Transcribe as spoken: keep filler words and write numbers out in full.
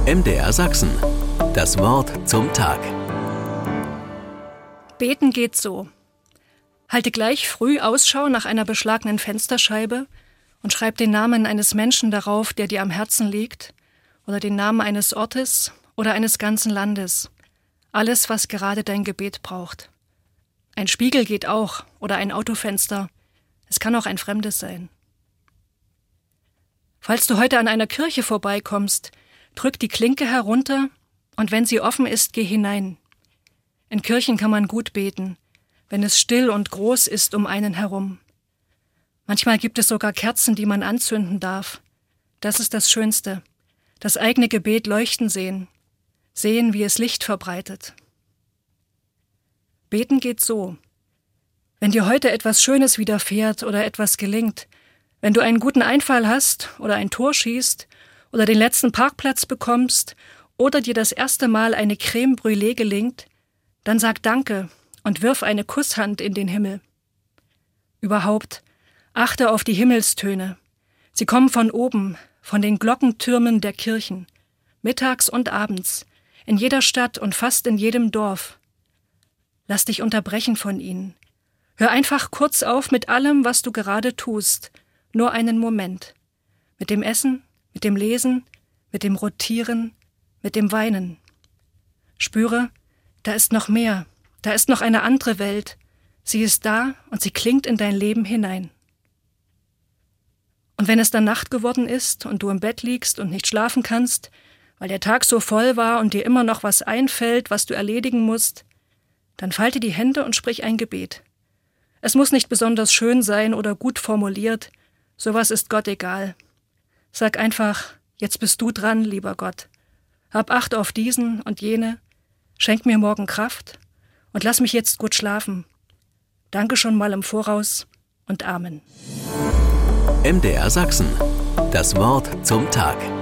M D R Sachsen. Das Wort zum Tag. Beten geht so. Halte gleich früh Ausschau nach einer beschlagenen Fensterscheibe und schreib den Namen eines Menschen darauf, der dir am Herzen liegt, oder den Namen eines Ortes oder eines ganzen Landes. Alles, was gerade dein Gebet braucht. Ein Spiegel geht auch oder ein Autofenster. Es kann auch ein fremdes sein. Falls du heute an einer Kirche vorbeikommst, drück die Klinke herunter und wenn sie offen ist, geh hinein. In Kirchen kann man gut beten, wenn es still und groß ist um einen herum. Manchmal gibt es sogar Kerzen, die man anzünden darf. Das ist das Schönste. Das eigene Gebet leuchten sehen. Sehen, wie es Licht verbreitet. Beten geht so. Wenn dir heute etwas Schönes widerfährt oder etwas gelingt, wenn du einen guten Einfall hast oder ein Tor schießt oder den letzten Parkplatz bekommst oder dir das erste Mal eine Crème Brûlée gelingt, dann sag Danke und wirf eine Kusshand in den Himmel. Überhaupt, achte auf die Himmelstöne. Sie kommen von oben, von den Glockentürmen der Kirchen, mittags und abends, in jeder Stadt und fast in jedem Dorf. Lass dich unterbrechen von ihnen. Hör einfach kurz auf mit allem, was du gerade tust, nur einen Moment. Mit dem Essen, mit dem Lesen, mit dem Rotieren, mit dem Weinen. Spüre, da ist noch mehr, da ist noch eine andere Welt. Sie ist da und sie klingt in dein Leben hinein. Und wenn es dann Nacht geworden ist und du im Bett liegst und nicht schlafen kannst, weil der Tag so voll war und dir immer noch was einfällt, was du erledigen musst, dann falte die Hände und sprich ein Gebet. Es muss nicht besonders schön sein oder gut formuliert, sowas ist Gott egal. Sag einfach, jetzt bist du dran, lieber Gott. Hab Acht auf diesen und jene, schenk mir morgen Kraft und lass mich jetzt gut schlafen. Danke schon mal im Voraus und Amen. M D R Sachsen. Das Wort zum Tag.